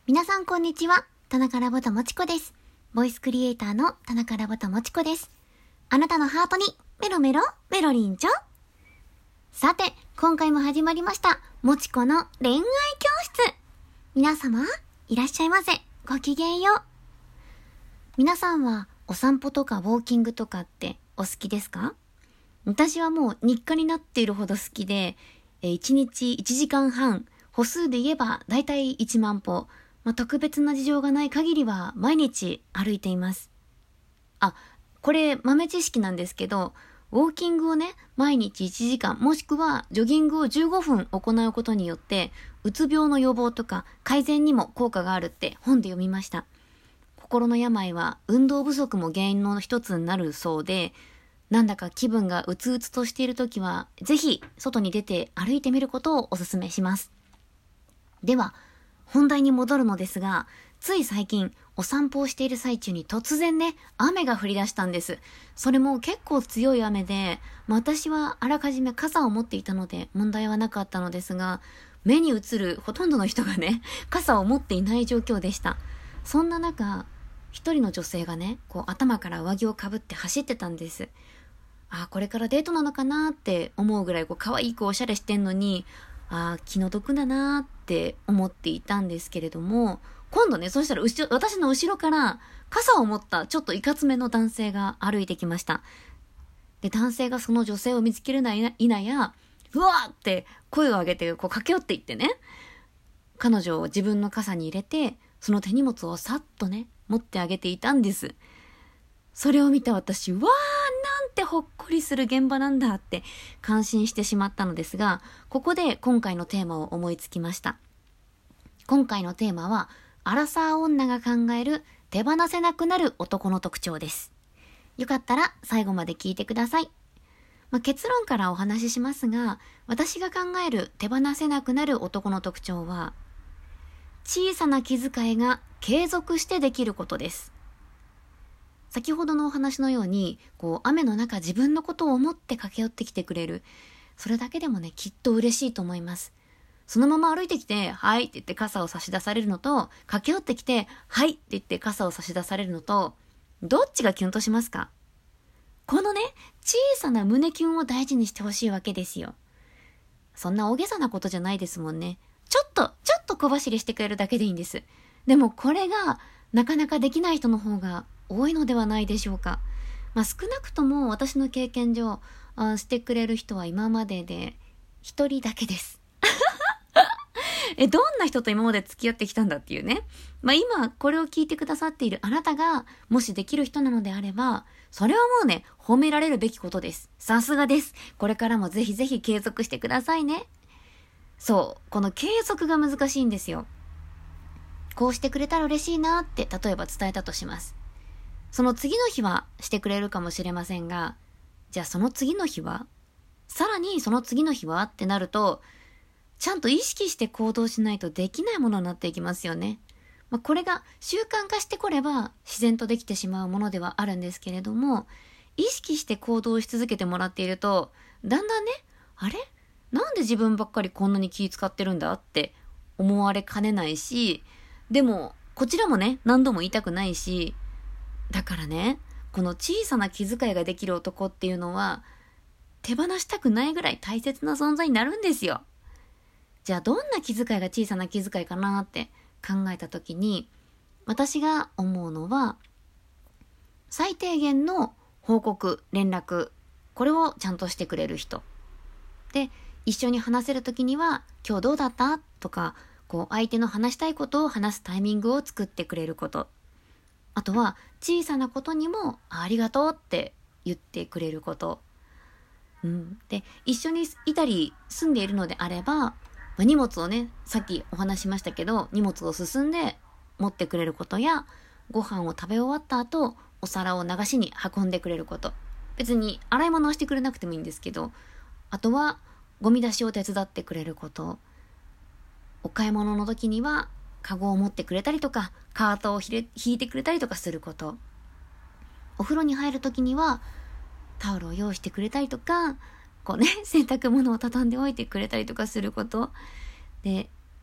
皆さんこんにちは。田中ラボともちこです。ボイスクリエイターの田中ラボともちこです。あなたのハートにメロメロメロリンチョ。さて、今回も始まりましたもちこの恋愛教室。皆様いらっしゃいませ。ごきげんよう。皆さんはお散歩とかウォーキングとかってお好きですか？私はもう日課になっているほど好きで、1日1時間半、歩数で言えばだいたい1万歩、特別な事情がない限りは毎日歩いています。これ豆知識なんですけど、ウォーキングをね、毎日1時間もしくはジョギングを15分行うことによって、うつ病の予防とか改善にも効果があるって本で読みました。心の病は運動不足も原因の一つになるそうで、なんだか気分がうつうつとしているときは、ぜひ外に出て歩いてみることをお勧めします。では、本題に戻るのですが、つい最近お散歩をしている最中に突然ね、雨が降り出したんです。それも結構強い雨で、私はあらかじめ傘を持っていたので問題はなかったのですが、目に映るほとんどの人がね、傘を持っていない状況でした。そんな中、一人の女性がね、頭から上着をかぶって走ってたんです。これからデートなのかなって思うぐらい可愛いおしゃれしてんのに、気の毒だなって思っていたんですけれども、今度ね、そしたら私の後ろから傘を持ったちょっといかつめの男性が歩いてきました。で、男性がその女性を見つける否や、うわーって声を上げて駆け寄っていってね、彼女を自分の傘に入れて、その手荷物をさっとね、持ってあげていたんです。それを見た私、わー、なんてほっこりする現場なんだって感心してしまったのですが、ここで今回のテーマを思いつきました。今回のテーマは、アラサー女が考える手放せなくなる男の特徴です。よかったら最後まで聞いてください。結論からお話ししますが、私が考える手放せなくなる男の特徴は、小さな気遣いが継続してできることです。先ほどのお話のように、雨の中自分のことを思って駆け寄ってきてくれる。それだけでもね、きっと嬉しいと思います。そのまま歩いてきて、はいって言って傘を差し出されるのと、駆け寄ってきて、はいって言って傘を差し出されるのと、どっちがキュンとしますか？このね、小さな胸キュンを大事にしてほしいわけですよ。そんな大げさなことじゃないですもんね。ちょっと小走りしてくれるだけでいいんです。でもこれがなかなかできない人の方が多いのではないでしょうか。少なくとも私の経験上、してくれる人は今までで一人だけです。どんな人と今まで付き合ってきたんだっていうね。今これを聞いてくださっているあなたがもしできる人なのであれば、それはもうね、褒められるべきことです。さすがです。これからもぜひぜひ継続してくださいね。そう、この継続が難しいんですよ。こうしてくれたら嬉しいなって例えば伝えたとします。その次の日はしてくれるかもしれませんが、じゃあその次の日は？さらにその次の日はってなると、ちゃんと意識して行動しないとできないものになっていきますよね。これが習慣化してこれば自然とできてしまうものではあるんですけれども、意識して行動し続けてもらっていると、だんだんね、なんで自分ばっかりこんなに気使ってるんだって思われかねないし、でもこちらもね、何度も言いたくないし、だからね、この小さな気遣いができる男っていうのは手放したくないぐらい大切な存在になるんですよ。じゃあどんな気遣いが小さな気遣いかなって考えたときに、私が思うのは、最低限の報告、連絡、これをちゃんとしてくれる人で、一緒に話せるときには今日どうだったとか、相手の話したいことを話すタイミングを作ってくれること、あとは小さなことにもありがとうって言ってくれること、で一緒にいたり住んでいるのであれば、荷物をね、さっきお話しましたけど、荷物を進んで持ってくれることや、ご飯を食べ終わった後お皿を流しに運んでくれること、別に洗い物をしてくれなくてもいいんですけど、あとはゴミ出しを手伝ってくれること、お買い物の時にはカゴを持ってくれたりとか、カートを引いてくれたりとかすること、お風呂に入る時にはタオルを用意してくれたりとか、洗濯物を畳んでおいてくれたりとかすることで、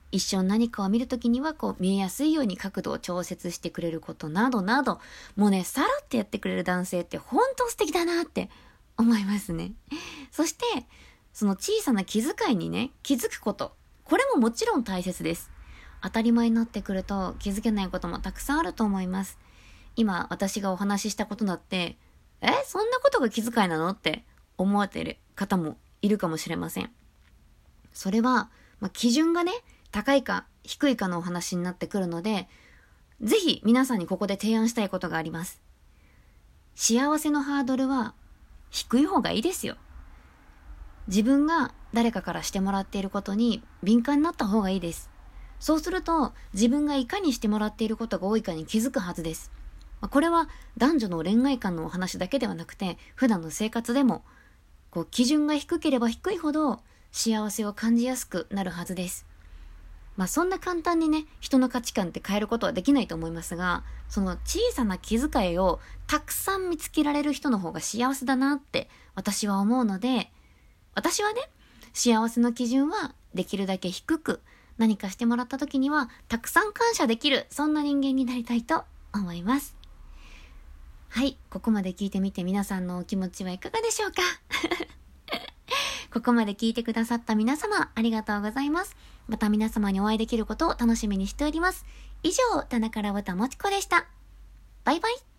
一緒に何かを見るときには見えやすいように角度を調節してくれることなどなど、もうね、さらってやってくれる男性って本当素敵だなって思いますね。そして、その小さな気遣いにね、気づくこと。これももちろん大切です。当たり前になってくると気づけないこともたくさんあると思います。今私がお話ししたことだって、そんなことが気遣いなのって思われている方もいるかもしれません。それは、基準がね、高いか低いかのお話になってくるので、ぜひ皆さんにここで提案したいことがあります。幸せのハードルは低い方がいいですよ。自分が誰かからしてもらっていることに敏感になった方がいいです。そうすると自分がいかにしてもらっていることが多いかに気づくはずです。これは男女の恋愛観のお話だけではなくて、普段の生活でも基準が低ければ低いほど幸せを感じやすくなるはずです。そんな簡単にね、人の価値観って変えることはできないと思いますが、その小さな気遣いをたくさん見つけられる人の方が幸せだなって私は思うので、私はね、幸せの基準はできるだけ低く、何かしてもらった時にはたくさん感謝できる、そんな人間になりたいと思います。はい、ここまで聞いてみて皆さんのお気持ちはいかがでしょうかここまで聞いてくださった皆様、ありがとうございます。また皆様にお会いできることを楽しみにしております。以上、田中らぼたもちこでした。バイバイ。